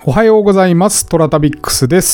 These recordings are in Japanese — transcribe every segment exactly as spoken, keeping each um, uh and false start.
おはようございます。トラタビックスです。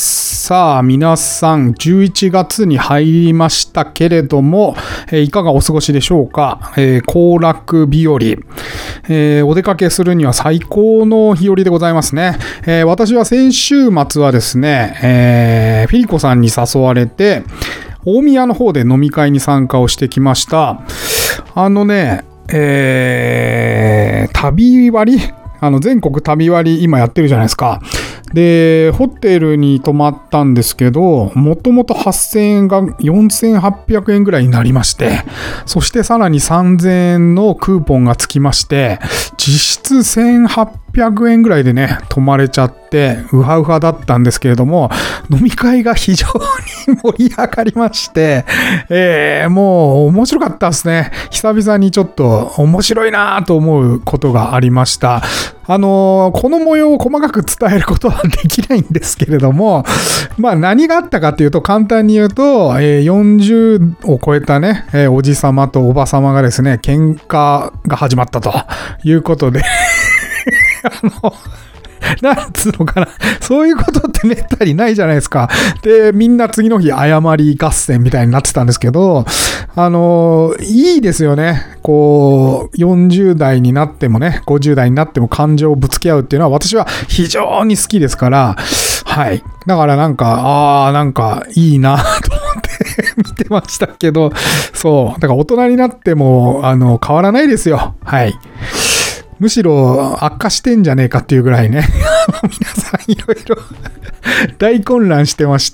さあ皆さんじゅういちがつに入りましたけれども、えー、いかがお過ごしでしょうか。えー、行楽日和、えー、お出かけするには最高の日和でございますね。えー、私は先週末はですね、えー、フィリコさんに誘われて大宮の方で飲み会に参加をしてきました。あのね、えー、旅割あの全国旅割今やってるじゃないですか。で、ホテルに泊まったんですけど、もともとはっせんえんがよんせんはっぴゃくえんぐらいになりまして、そしてさらにさんぜんえんのクーポンがつきまして、実質せんはっぴゃくえんぐらいでね、泊まれちゃって、ウハウハだったんですけれども、飲み会が非常に盛り上がりまして、えー、もう面白かったですね。久々にちょっと面白いなと思うことがありました。あのー、この模様を細かく伝えることはできないんですけれども、まあ何があったかというと、簡単に言うと、えー、よんじゅうを超えたね、えー、おじさまとおばさまがですね、喧嘩が始まったということで、あの、なんつうのかな。そういうことってめったにないじゃないですか。で、みんな次の日謝り合戦みたいになってたんですけど、あの、いいですよね。こう、よんじゅうだいになってもね、ごじゅうだいになっても感情をぶつけ合うっていうのは私は非常に好きですから、はい。だからなんか、ああ、なんかいいなと思って見てましたけど、そう。だから大人になっても、あの、変わらないですよ。はい。むしろ悪化してんじゃねえかっていうぐらいね皆さんいろいろ大混乱してまして、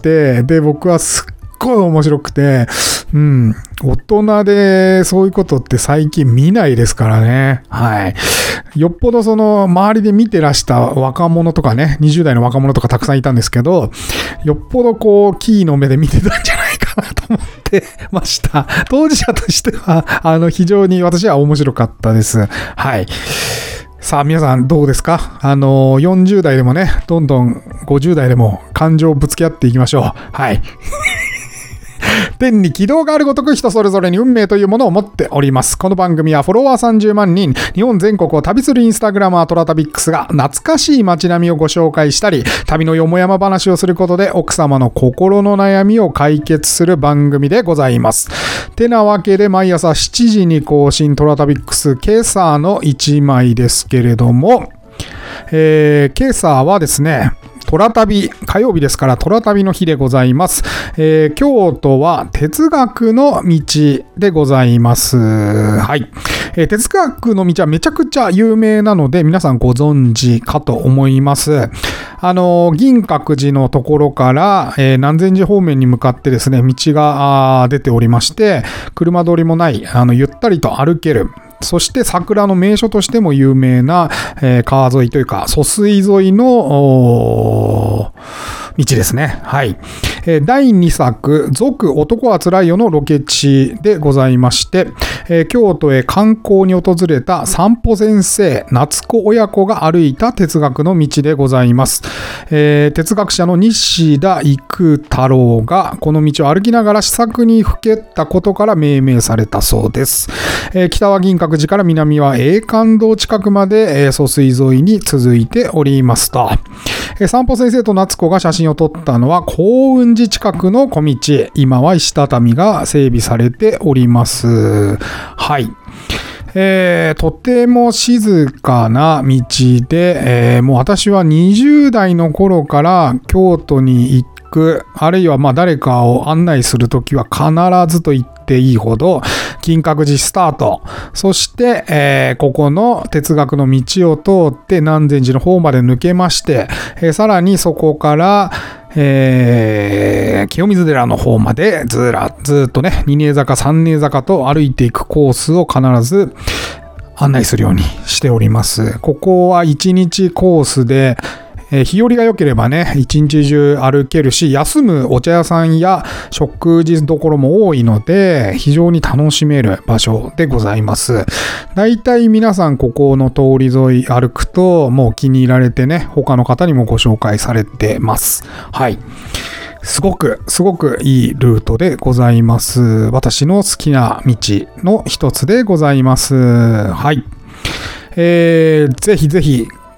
で僕はすっごい面白くて、うん大人でそういうことって最近見ないですからね。はい。よっぽどその周りで見てらした若者とかね、にじゅうだいの若者とかたくさんいたんですけど、よっぽどこうキーの目で見てたんじゃないかなと思ってました。当事者としてはあの非常に私は面白かったです。はい。さあ皆さんどうですか。あのよんじゅうだいでもね、どんどんごじゅうだいでも感情をぶつけ合っていきましょう。はい天に軌道があるごとく人それぞれに運命というものを持っております。この番組はフォロワーさんじゅうまんにん、日本全国を旅するインスタグラマートラタビックスが懐かしい街並みをご紹介したり、旅のよもやま話をすることで奥様の心の悩みを解決する番組でございます。てなわけで毎朝しちじに更新トラタビックス、今朝のいちまいですけれども、えー、今朝はですね、トラ旅、火曜日ですからトラ旅の日でございます。えー、京都は哲学の道でございます。はい、えー。哲学の道はめちゃくちゃ有名なので皆さんご存知かと思います。あの、銀閣寺のところから、えー、南禅寺方面に向かってですね、道が出ておりまして、車通りもない、あの、ゆったりと歩ける。そして桜の名所としても有名な、えー、川沿いというか疎水沿いの道ですね。はい。えー、だいにさく、続男はつらいよのロケ地でございまして、えー、京都へ観光に訪れた散歩先生、夏子親子が歩いた哲学の道でございます。えー、哲学者の西田育太郎がこの道を歩きながら思索にふけったことから命名されたそうです。えー、北は銀閣寺から南は永観堂近くまで、えー、疎水沿いに続いておりますと。えー、散歩先生と夏子が写真を撮ったのは幸運寺近くの小道。今は石畳が整備されております。はい。えー、とても静かな道で、えー、もう私はにじゅうだいの頃から京都に行く、あるいはまあ誰かを案内するときは必ずと言っていいほど金閣寺スタート、そして、えー、ここの哲学の道を通って南禅寺の方まで抜けまして、えー、さらにそこからえー、清水寺の方までずらずっとね、二寧坂三寧坂と歩いていくコースを必ず案内するようにしております。ここはいちにちコースで、えー、日和が良ければね、一日中歩けるし、休むお茶屋さんや食事どころも多いので、非常に楽しめる場所でございます。だいたい皆さんここの通り沿い歩くと、もう気に入られてね、他の方にもご紹介されてます。はい。すごく、すごくいいルートでございます。私の好きな道の一つでございます。はい。えー、ぜひぜひ、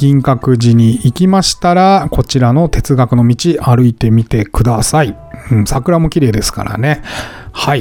銀閣寺に行きましたら、こちらの哲学の道歩いてみてください。うん、桜も綺麗ですからね。はい。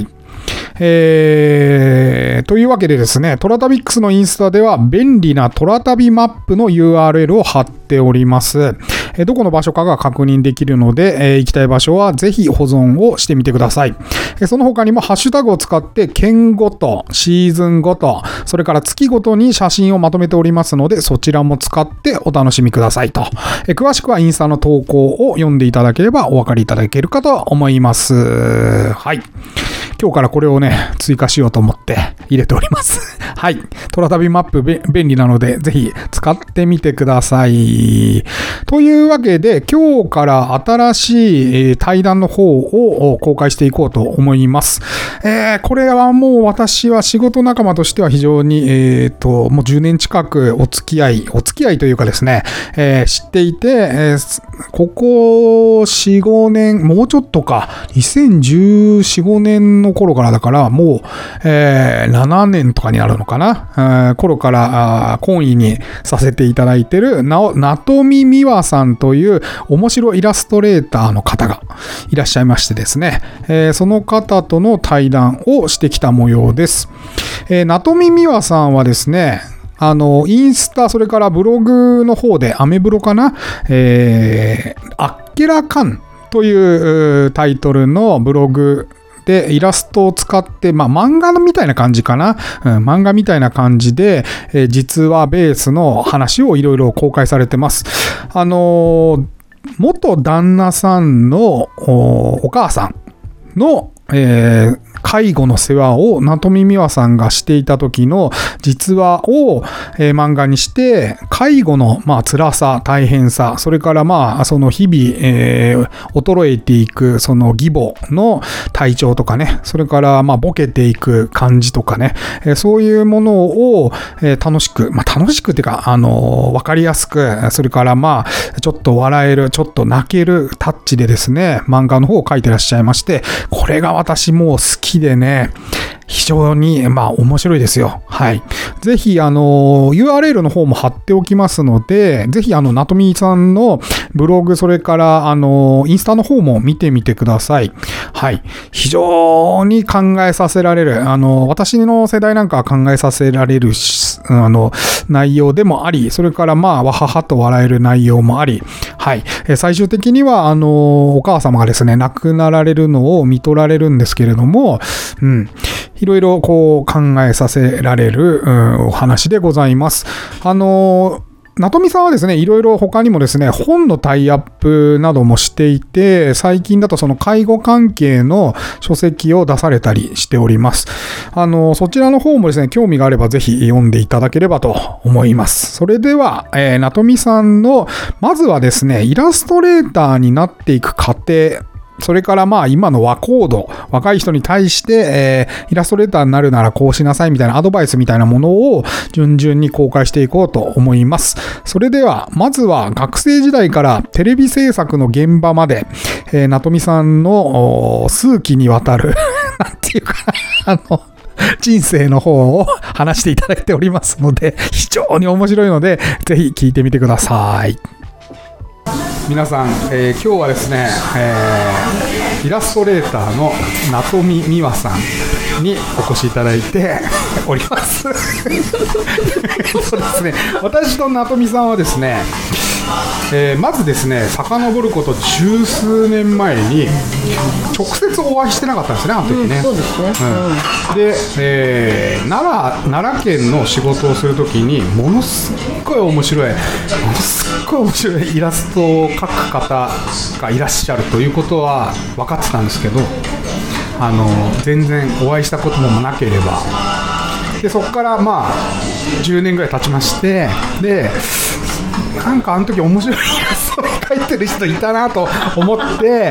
えー、というわけでですね、トラタビックスのインスタでは便利なトラタビマップの ユーアールエル を貼っております。えー、どこの場所かが確認できるので、えー、行きたい場所はぜひ保存をしてみてください。えー、その他にもハッシュタグを使って県ごと、シーズンごと、それから月ごとに写真をまとめておりますので、そちらも使ってお楽しみくださいと。えー、詳しくはインスタの投稿を読んでいただければお分かりいただけるかと思います。はい。今日からこれをね、追加しようと思って入れております。はい。トラタビマップ便利なので、ぜひ使ってみてください。というわけで、今日から新しい対談の方を公開していこうと思います。えー、これはもう私は仕事仲間としては非常に、えーと、もうじゅうねん近くお付き合い、お付き合いというかですね、えー、知っていて、えー、ここよん、ごねん、もうちょっとか、にせんじゅうよん、ごねんの頃からだから、もう、えー、ななねんとかになるのかな、えー、頃から懇意にさせていただいているなおなとみみわさんという面白イラストレーターの方がいらっしゃいましてですね、えー、その方との対談をしてきた模様です。えー、なとみみわさんはですね、あの、インスタ、それからブログの方で、アメブロかな、えー、あっけらかんというタイトルのブログでイラストを使って、まあ漫画みたいな感じかな、うん、漫画みたいな感じで、えー、実はベースの話をいろいろ公開されてます。あのー、元旦那さんの お, お母さんの、えー介護の世話をなとみみわさんがしていた時の実話を、えー、漫画にして、介護のまあ辛さ、大変さ、それからまあその日々、えー、衰えていくその義母の体調とかね、それからまあボケていく感じとかね、えー、そういうものを、えー、楽しく、まあ楽しくっていうか、あのー、わかりやすく、それからまあちょっと笑える、ちょっと泣けるタッチでですね、漫画の方を描いてらっしゃいまして、これが私もう好きでね、非常にまあ面白いですよ。はい。ぜひあの ユーアールエル の方も貼っておきますので、ぜひあのなとみさんのブログ、それからあのインスタの方も見てみてください。はい。非常に考えさせられる、あの私の世代なんかは考えさせられるあの内容でもあり、それからまあわははと笑える内容もあり、はい。最終的にはあのお母様がですね亡くなられるのを見取られるんですけれども、うん。いろいろこう考えさせられる、うん、お話でございます。あのなとみさんはですね、いろいろ他にもですね、本のタイアップなどもしていて、最近だとその介護関係の書籍を出されたりしております。あの、そちらの方もですね、興味があればぜひ読んでいただければと思います。それでは、えー、なとみさんの、まずはですね、イラストレーターになっていく過程、それからまあ今の和コード、若い人に対して、えー、イラストレーターになるならこうしなさいみたいなアドバイスみたいなものを順々に公開していこうと思います。それでは、まずは学生時代からテレビ制作の現場まで、えー、なとみさんの数期にわたる、なんていうかな、あの、人生の方を話していただいておりますので、非常に面白いので、ぜひ聞いてみてください。皆さん、えー、今日はですね、えー、イラストレーターのなとみみわさんにお越しいただいておりますそうですね、私となとみさんはですね、えー、まずですね、遡ること十数年前に直接お会いしてなかったんですね、あの時ね、うん、そうですね、うん、で、えー、奈良、奈良県の仕事をするときにものすごい面白いものすごい面白いイラストを描く方がいらっしゃるということは分かってたんですけど、あの全然お会いしたこともなければ、でそこからまあじゅうねんぐらい経ちまして、でなんかあの時面白いイラストを描いてる人いたなと思って、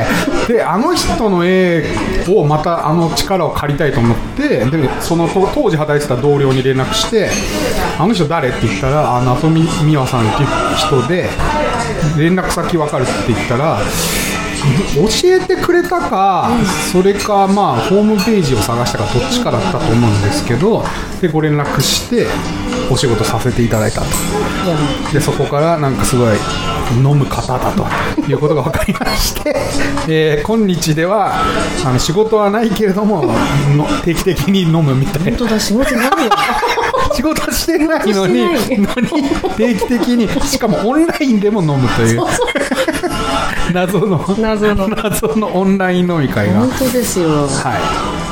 であの人の絵をまたあの力を借りたいと思って、でその当時働いてた同僚に連絡して、あの人誰って言ったら、あなとみみわさんっていう人で連絡先分かるって言ったら、教えてくれたか、それかまあホームページを探したかどっちかだったと思うんですけど、でご連絡して、 お仕事させていただいたと。でそこからなんかすごい飲む方だということが分かりまして、えー、今日ではあの仕事はないけれどもの定期的に飲むみたいな。 本当だ、仕事ないよ仕事してないのに、のに定期的に、しかもオンラインでも飲むというそうそう謎の謎の謎のオンライン飲み会が、 本当ですよ。 はい、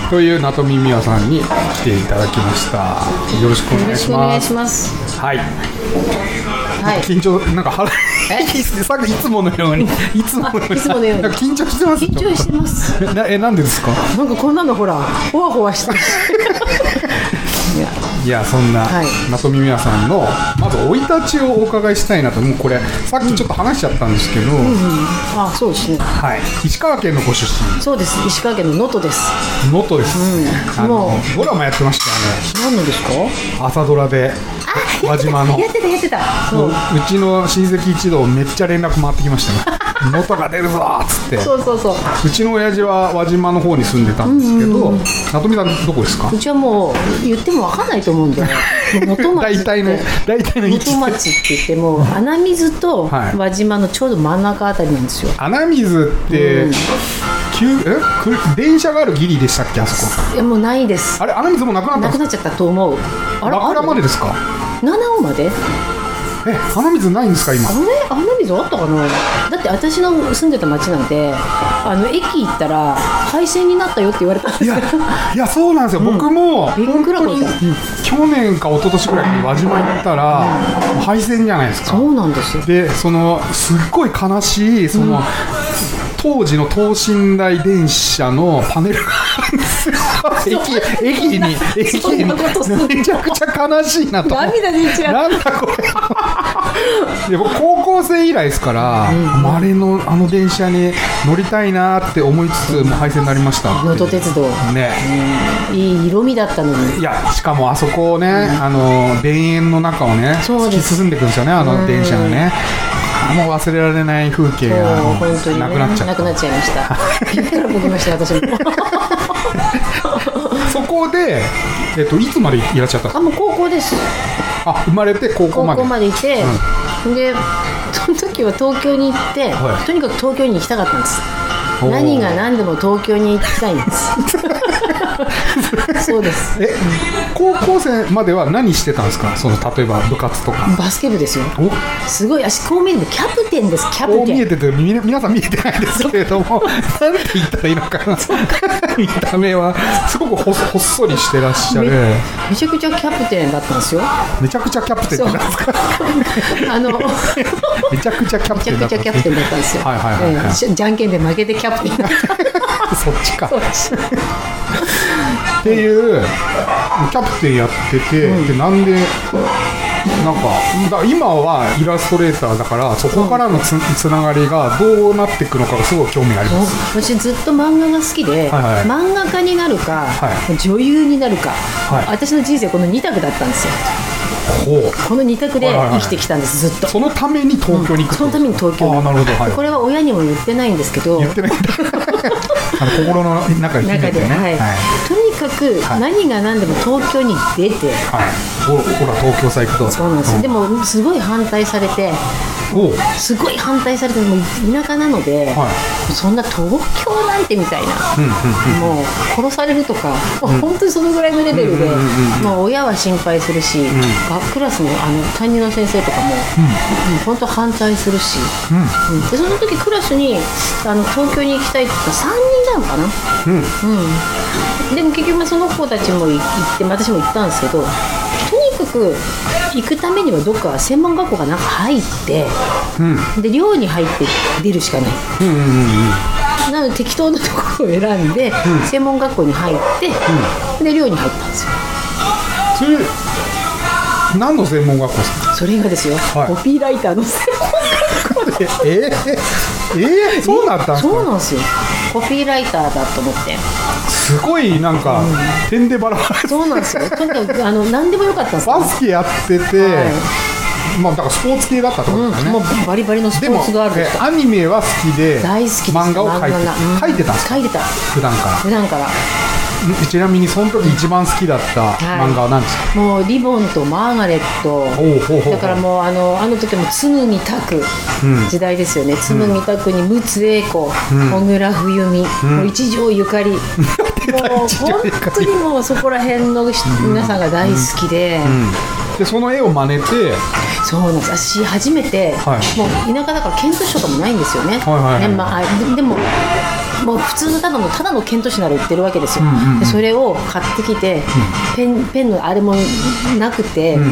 というなとみみやさんに来ていただきました。よろしくお願いします。 よろしくお願いします。 はい。 はい。 緊張なんか腹さっきいつものようにいつものようにいつものようになんか緊張してます。 緊張してます。 なえなんでですか。 なんかこんなのほらほわほわしてる。いやいやそんな、はい、なとみみやさんのまず生い立ちをお伺いしたいなと。もうこれさっきちょっと話しちゃったんですけど、うんうんうん、 あそうですね、 はい、石川県のご出身。 そうです、石川県の能登です。 能登です、うん、あのもうドラマやってましたよね。 何のですか。 朝ドラで輪島のやってたやってた。 そううちの親戚一同めっちゃ連絡回ってきましたね。能登が出るぞーっつって。 そうそうそう。 うちの親父は輪島の方に住んでたんですけど、なとみさんどこですか。 うちはもう言っても分かんないと思うんで元町って大体の大体の位置元町って言っても穴水と輪島のちょうど真ん中あたりなんですよ。 穴水って、うん、え電車があるギリでしたっけ、あそこ。 いやもうないです。 あれ穴水もなくなったんですか。 なくなっちゃったと思う。 あれ枕までですか。 七尾まで。 え、穴水ないんですか今。 あれ穴水あったかな。だって私の住んでた町なんてあの駅行ったら廃線になったよって言われたんですよ。いや、 いやそうなんですよ、うん、僕もびっくらこいた。 去年か一昨年ぐらいに輪島行ったら、うん、廃線じゃないですか。 そうなんですよ。 でそのすっごい悲しいその、うん、当時の等身大電車のパネルがあるんですよ。駅, 駅に駅にめちゃくちゃ悲しいなと。 涙出ちゃう。 なんだこれ。で僕高校生以来ですから、うん、あれのあの電車に乗りたいなって思いつつもう廃線になりました。 能登鉄道ね、 うん、いい色味だったのに。 いやしかもあそこをね、うん、あの田園の中をね突き進んでいくんですよね、あの電車がね。もう忘れられない風景がなくなっちゃった。なくなっちゃいました。びっくらこきました私も。 そこで、えっと、いつまでいらっしゃったんですか。 あ、もう高校です。 あ、生まれて高校まで。 高校までいて、うん、でその時は東京に行って、はい、とにかく東京に行きたかったんです。何が何でも東京に行きたいんです。そうです。 え、高校生までは何してたんですか。その例えば部活とか。 バスケ部ですよ。すごい足こう見えてキャプテンです。キャプテン。 こう見えてて皆さん見えてないですけれども、なんて言ったらいいのかな。見た目はすごく ほ, ほっそりしてらっしゃる。 め, めちゃくちゃキャプテンだったんですよ。 めちゃくちゃキャプテンってなんですか。 あのめちゃくちゃキャプテンだった。 めちゃくちゃキャプテンだったんですよ。はいはいはい、はい、じ, じゃんけんで負けてキャプテンだった。 そっちか。そっちっていうキャプテンやってて、うん、でなんでなんかだ今はイラストレーターだからそこからの つ, つながりがどうなっていくのかがすごい興味があります。 私ずっと漫画が好きで、はいはい、漫画家になるか、はい、女優になるか、はい、私の人生このに択だったんですよ。このに択で生きてきたんです、ずっと。 そのために東京に行く、うん、 そのために東京に。 あ、なるほど、はい、 これは親にも言ってないんですけど。 言ってないんだ。あの心の中に秘めてね、はいはい、 とにかく何が何でも東京に出て、 はい、ほ, ほら東京さ行くと。 そうなんです、うん、でもすごい反対されて、すごい反対されて、もう田舎なので、はい、そんな東京なんてみたいな、うんうんうん、もう殺されるとか、うん、本当にそのぐらいのレベルで、うんうんうんうん、もう親は心配するし、うん、クラスの、あの担任の先生とかも、うん、本当反対するし、うんうん、でその時クラスにあの東京に行きたいって言ったらさんにんなのかな、うんうん、でも結局その子たちも行って私も行ったんですけど、とにかく行くためにはどっか専門学校がなんか入って、うん、で寮に入って出るしかない、うんうんうんうん、なので適当なところを選んで、うん、専門学校に入って、うん、で寮に入ったんですよ。 それ何の専門学校ですか。 それがですよ、はい、コピーライターの専門学校でえー、えー、そうなったんですか。 そうなんですよ、コピーライターだと思って。 すごいなんか、うん、点でバラバラ。 そうなんですよ。とにかくあの何でもよかったんです。 バスケやってて、はい、まあだからスポーツ系だったってことですね、 うん、もうバリバリのスポーツがあるんです。 でもアニメは好きで大好きです。 漫画を描いて、うん、描いてたんですか。 描いてた普段から普段からちなみにその時一番好きだった漫画は何ですか？ はい、もうリボンとマーガレット。だからもうあのあの時も紬拓時代ですよね。紬拓に陸奥英子、小倉冬美、うん、もう一条ゆかり、もう本当にもうそこら辺の皆さんが大好きで。うんうんうん、 でその絵を真似て、 そうなんです。私初めて、はい、もう田舎だからケント紙とかもないんですよね。はいはいはい、で、まあ、で, でももう普通のただのただのケント紙なら売ってるわけですよ。うんうんうん、でそれを買ってきて、うん、ペンペンのあれもなくて、うん、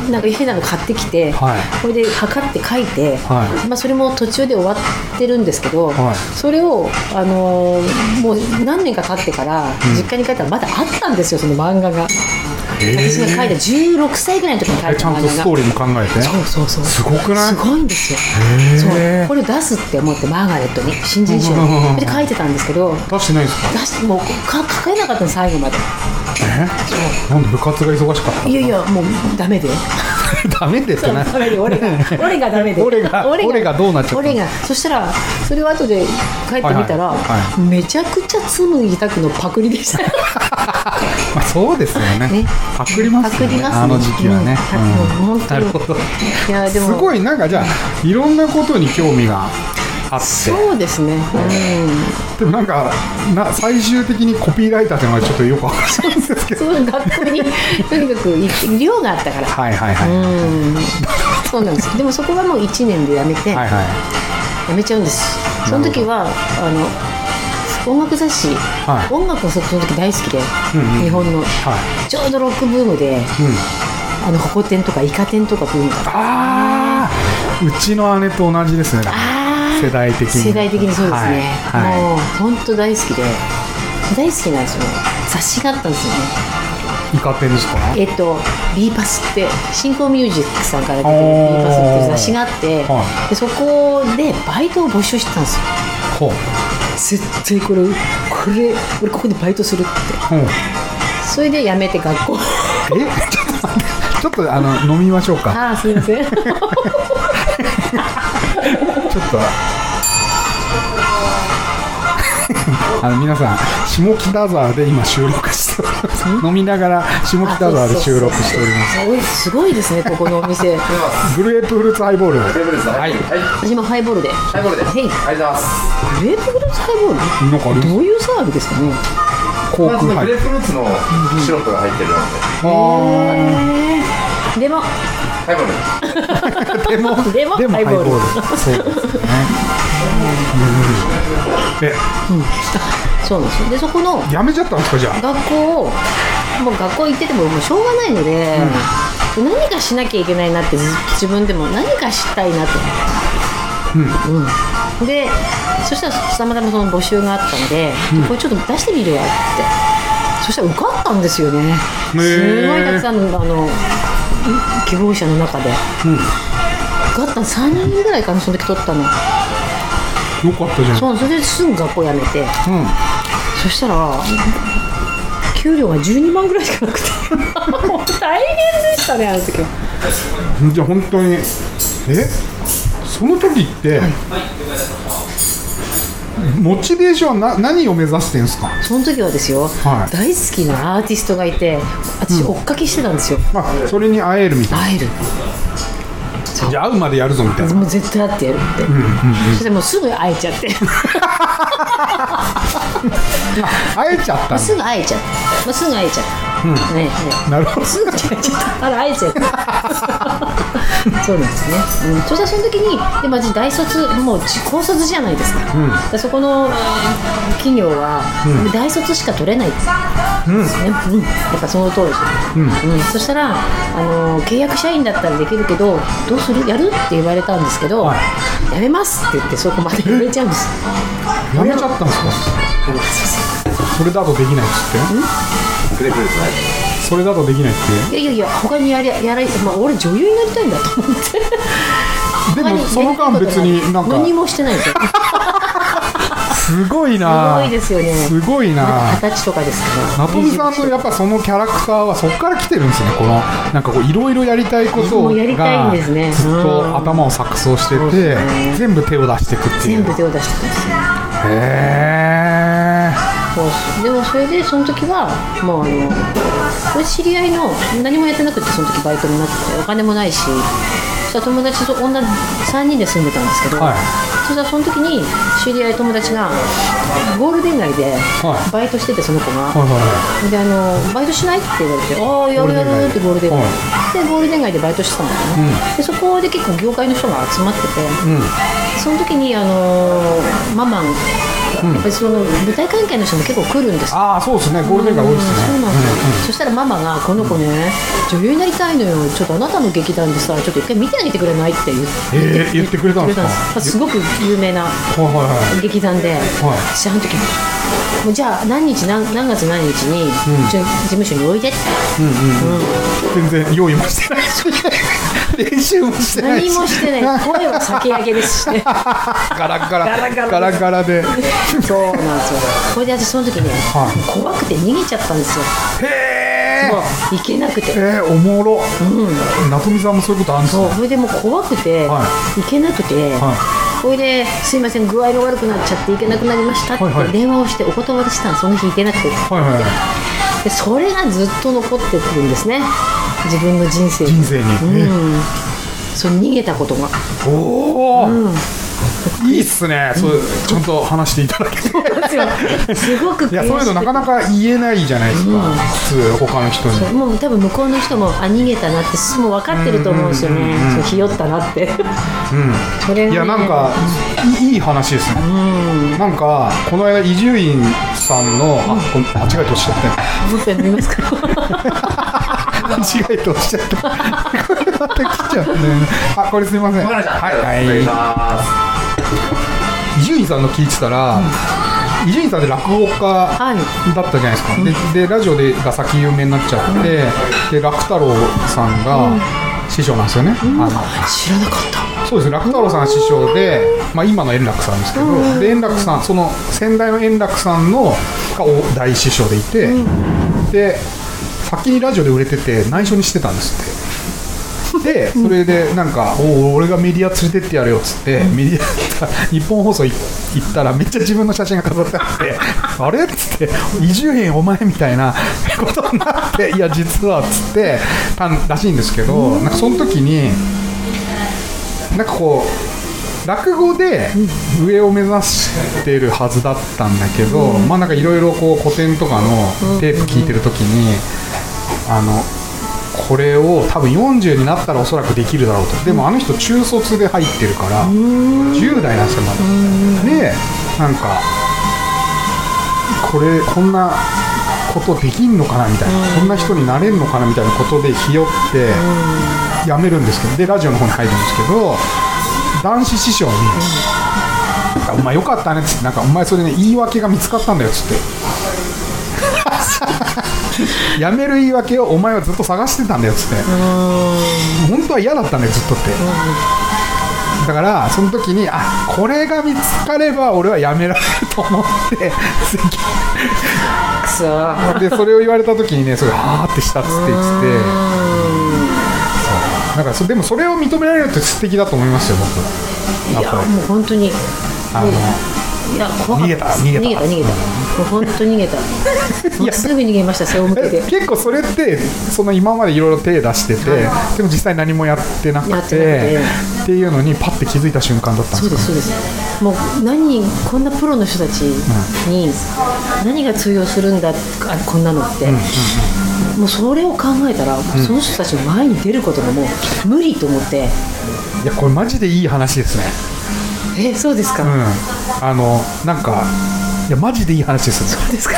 なんか変なの買ってきて、はい、これで測って書いて、はい、まあ、それも途中で終わってるんですけど、はい、それを、あのー、もう何年か経ってから実家に帰ったらまだあったんですよ、その漫画が。私が書いたじゅうろくさいぐらいの時に書いた漫画が、 ちゃんとストーリーも考えて、 そうそうそう、 すごくない？ すごいんですよ。そう、これを出すって思ってマーガレットに新人賞にで書いてたんですけど、 出してないんですか？ 出してもうか書けなかったの最後まで。 え？そうなんで部活が忙しかったの？ いやいやもうダメでダメでってなダメで俺が俺がダメで俺が俺がどうなっちゃったの？ 俺がそしたらそれを後で帰ってみたら、はいはいはい、めちゃくちゃ紬拓のパクリでしたまあそうですよ ね, ねパクりますよ ね, ねあの時期はね、 うんうん、 なるほど。 いやでもすごいなんかじゃあいろんなことに興味があって、 そうですね、うん、 でもなんかな最終的にコピーライターっていうのがちょっとよくわからないんですけどそう学校にとにかく寮があったからはいはいはい、 うん、そうなんですでもそこはもういちねんで辞めて、はいはい、辞めちゃうんです。その時はあの音楽雑誌、はい、音楽がその時大好きで、うんうん、日本の、はい、ちょうどロックブームで、うん、あのホコ天とかイカ天とかブームだった。 あー、うちの姉と同じですね。世代的に世代的にそうですね、はいはい、もう本当大好きで大好きなんですよ。雑誌があったんですよね。 イカ天ですか？ えっと B パスって新興ミュージックさんから出てる B パスっていう雑誌があって、はい、でそこでバイトを募集してたんですよ。ほう、絶対これこれ俺ここでバイトするって、うん、それで辞めて学校えちょっと待ってちょっとあの飲みましょうか。 ああすいませんちょっとあの皆さん下北沢で今収録しております飲みながら下北沢で収録しております。 すごいですねここのお店グレープフルーツハイボール、はいはい、私もハイボールでハイボールで、はい、ありがとうございます。 グレープフルーツハイボールなんかどういうサービスですかね。 コークグレープフルーツのシロップが入ってるので、うん、でもハイボールでもでもでもハイボールそうですねえ、 うん、そうなんですよ。でそこのやめちゃったんですか。じゃあ学校をもう学校行っててももうしょうがないので、うん、何かしなきゃいけないなって自分でも何かしたいなと、うんうん、でそしたらたまたまその募集があったので、うん、これちょっと出してみるわってそしたら受かったんですよね。すごいたくさんのあの希望者の中で、うん、受かったのさんにんぐらいかな。その時取ったのよかったじゃん。 そう、それですぐ学校辞めて、うん、そしたら給料がじゅうにまんぐらいしかなくてもう大変でしたねあの時は。 じゃあ本当にえその時って、はい、モチベーションはな何を目指してるんですか。 その時はですよ、はい、大好きなアーティストがいて私追っかけしてたんですよ、 うん、あそれに会えるみたいな。 会えるじゃあ会うまでやるぞみたいな。 もう絶対会ってやるって、うんうんうん、そしてもうすぐ会えちゃって会えちゃったすぐ会えちゃった、まあ、すぐ会えちゃった、うんねね、 なるほど。 すぐ会えちゃったあら会えちゃったそうなんですね、うん、そしたらその時にで、まあ、大卒もう高卒じゃないですか、うん、だそこの企業は、うん、大卒しか取れないですね、うんうん、やっぱその当時、うんうん、そしたらあの契約社員だったらできるけどどうするやるって言われたんですけど、はい、やめますって言ってそこまでやめちゃうんです。 やめちゃったんですか。それだとできないっつってグレープフルーツないそれだとできないって。 いやいやいや他にやりやら、まあ、俺女優になりたいんだと思ってでもその間別になんか何もしてないんですよすごいな。 すごいですよね。 すごいな。 二十歳とかですから。 なとみさんのやっぱそのキャラクターはそこから来てるんですね。このなんかこういろいろやりたいことがやりたいんですね。 ずっと頭を錯綜してて、ね、全部手を出していくっていう。 全部手を出していくんですよ。 へー。 でもそれでその時はもうあの俺知り合いの何もやってなくて、その時バイトもなくてお金もないし、そしたら友達と女さんにんで住んでたんですけど、はい、そしたらその時に知り合い友達がゴールデン街でバイトしてて、その子が、はいはいはい、であのバイトしないって言われて、ああやるやるってゴールデン街、はい、でゴールデン街でバイトしてたんだよね、うん、でそこで結構業界の人が集まってて、うん、その時にあのママンやっぱりその舞台関係の人も結構来るんですよ。 ああそうですね、ゴールデン街多いですね。 そうなんですよ、うんうん、そしたらママがこの子ね、女優になりたいのよ、ちょっとあなたの劇団でさちょっと一回見てあげてくれないって言って、 えー、言ってくれたんですか。 すごく有名な劇団で、はいはいはい、私あの時もうじゃあ何日 何, 何月何日に、うん、事務所においでって、うんうんうん、全然用意もしてないし練習もしてないし何もしてない、声は酒焼けですしねガラガラガラガラガラガラでそうなんですよ。これで私その時ね、はい、怖くて逃げちゃったんですよ。 へー、行けなくて、 えー、おもろ、うん、なとみさんもそういうことあるんですか。 そう、それでもう怖くて、はい、行けなくて、はい、それですいません具合が悪くなっちゃって行けなくなりましたって電話をしてお断りしたんです、その日行けなくて、はいはいはい、でそれがずっと残ってくるんですね、自分の人生に人生に、ね、 うん、その逃げたことが。 おお、うん、いいっすね、そうちゃんと話していただけてすごく悔しい。 いやそういうのなかなか言えないじゃないですか、うん、普通他の人に。 もう多分向こうの人もあ逃げたなってもう分かってると思うんですよね、そうひよったなって、うん、それ、ね、 いやなんかいい話ですね、うん、なんかこの間伊集院さんの、うん、あ間違えておっしゃってもう一回飲みますか間違えておっしゃったこれまた来ちゃうね。あこれすみません、はいはい伊集院さんの聞いてたら、伊集院さんって落語家だったじゃないですか、はい、で, でラジオでが先有名になっちゃって、うん、で楽太郎さんが師匠なんですよね、うん、 あの知らなかった。 そうです、楽太郎さんが師匠で、まあ、今の円楽さんですけど、うん、で円楽さん、その先代の円楽さんのが大師匠でいて、うん、で先にラジオで売れてて内緒にしてたんですって。でそれでなんかお俺がメディア連れてってやるよっつって、うん、メディア日本放送行ったらめっちゃ自分の写真が飾ってあってあれっつって伊集院お前みたいなことになっていや実はっつってたんらしいんですけど、うん、なんかその時になんかこう落語で上を目指してるはずだったんだけど、うん、まあなんかいろいろこう古典とかのテープ聞いてる時に、あのこれを多分よんじゅうになったらおそらくできるだろうと。でもあの人中卒で入ってるからじゅう代なんですよまだ。でなんかこれこんなことできんのかなみたいな、こんな人になれるのかなみたいなことでひよって辞めるんですけど、でラジオの方に入るんですけど、男子師匠に「お前よかったね」っつって、なんかお前それね言い訳が見つかったんだよっつって辞める言い訳をお前はずっと探してたんだよっつって、本当は嫌だったんだよずっとって。だからその時にあこれが見つかれば俺は辞められると思ってくそでそれを言われた時にね、それはーってしたっつって言ってて、そうだからそでもそれを認められるって素敵だと思いますよ僕。 いやもう本当にあのいや怖かった、 逃げた逃げた逃げた逃げたもう本当逃げたもうすぐ逃げました、背を向けて。 結構それってその今までいろいろ手出してて、はい、でも実際何もやってなく て, なくてっていうのにパッて気づいた瞬間だったんですか。 そうですそうです。もう何こんなプロの人たちに何が通用するんだ、あこんなのって、うんうんうん、もうそれを考えたら、うん、その人たちの前に出ることがもう無理と思って。 いやこれマジでいい話ですね。 えそうですか、 うん、あのなんかいやマジでいい話ですね。 そうですか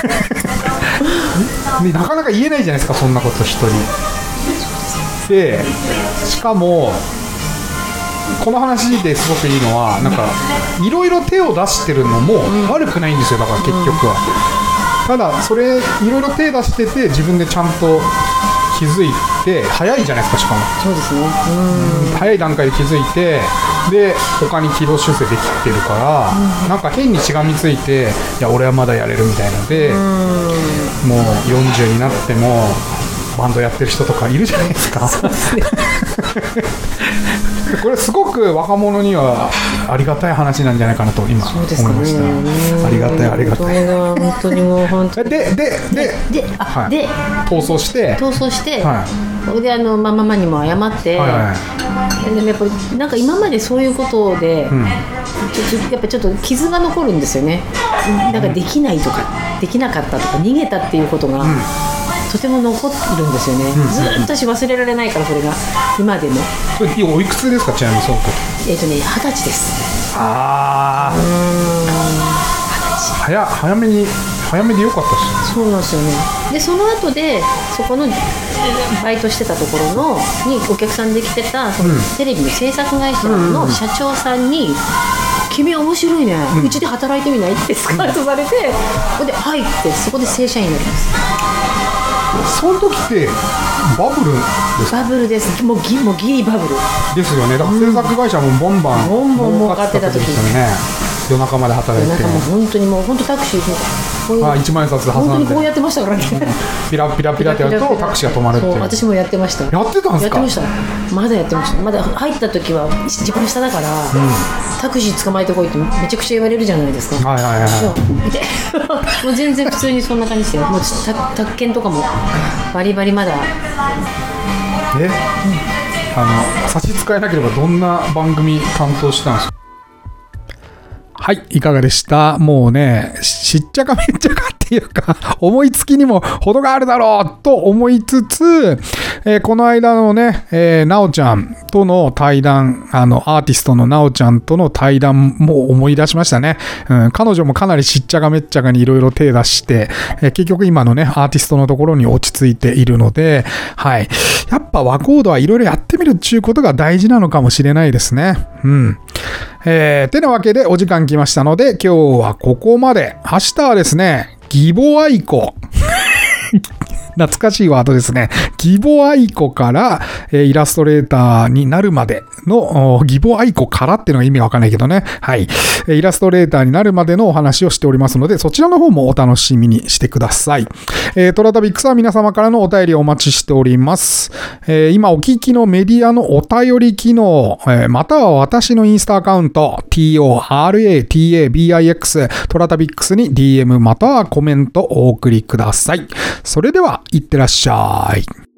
なかなか言えないじゃないですかそんなこと人に。でしかもこの話ですごくいいのは、なんかいろいろ手を出してるのも悪くないんですよ。だから結局は、うん、ただそれいろいろ手出してて自分でちゃんと気づいて早いじゃないですか。しかもそうですね、 うん、早い段階で気づいて、で他に軌道修正できてるから、うん、なんか変にしがみついていや俺はまだやれるみたいなので、うん、もうよんじゅうになってもバンドやってる人とかいるじゃないですか。 そうですねこれすごく若者にはありがたい話なんじゃないかなと今思いました。そうですかね、ありがたいありがたい。 本当にもう本当に。 でででであ、はい、で逃走して逃走して、 はい、 であのママにも謝って、はいはい、でもやっぱりなんか今までそういうことで、うん、ちょちょやっぱちょっと傷が残るんですよね。なんかできないとか、うん、できなかったとか逃げたっていうことが、うん、とても残るんですよね、うん、ずっと私忘れられないから、それが今でも。 それおいくつですか、ちなみにその時。 えっとね、二十歳です。 ああ、うーん、早早めに早めでよかったっす。 そうなんですよね。でその後でそこのバイトしてたところのにお客さんで来てたそのテレビの制作会社の社長さんに、うんうんうん、君面白いね、うち、ん、で働いてみないってスカウトされて、うん、で入ってそこで正社員になります。 その時ってバブルですか？ バブルです。もうギもうギリバブルですよね。だから制作会社もボンバン、 うん、ボンボン儲かってた時ですよね。 夜中まで働いて、 夜中も本当にもう本当タクシーもあいちまん円札で挟んで本当にこうやってましたからね、うん、 ピラピラピラってやるとタクシーが止まるっていう。 そう、私もやってました。 やってたんですか？ やってました。まだやってました。まだ入った時は一番下だから、うん、タクシー捕まえてこいってめちゃくちゃ言われるじゃないですか。 はいはいはい、 もう全然普通にそんな感じですよ。もう宅建とかもバリバリまだ。 え、うん、あの差し支えなければどんな番組担当したんですか？はい、いかがでした？もうね、しっちゃかめっちゃかっていうか、思いつきにも程があるだろうと思いつつ、えー、この間のね、えー、なおちゃんとの対談、あの、アーティストのなおちゃんとの対談も思い出しましたね。うん、彼女もかなりしっちゃかめっちゃかにいろいろ手出して、えー、結局今のね、アーティストのところに落ち着いているので、はい。やっぱ和コードはいろいろやってみるっていうことが大事なのかもしれないですね。うん。えー、てなわけでお時間来ましたので、今日はここまで。明日はですね、義母愛子。懐かしいワードですね。義母愛子から、えー、イラストレーターになるまでの、義母愛子からっていうのが意味がわかんないけどね。はい。イラストレーターになるまでのお話をしておりますので、そちらの方もお楽しみにしてください。えー、トラタビックスは皆様からのお便りをお待ちしております。えー、今お聞きのメディアのお便り機能、えー、または私のインスタアカウント、トラタビックス、トラタビックスに ディーエム またはコメントをお送りください。それでは、いってらっしゃい。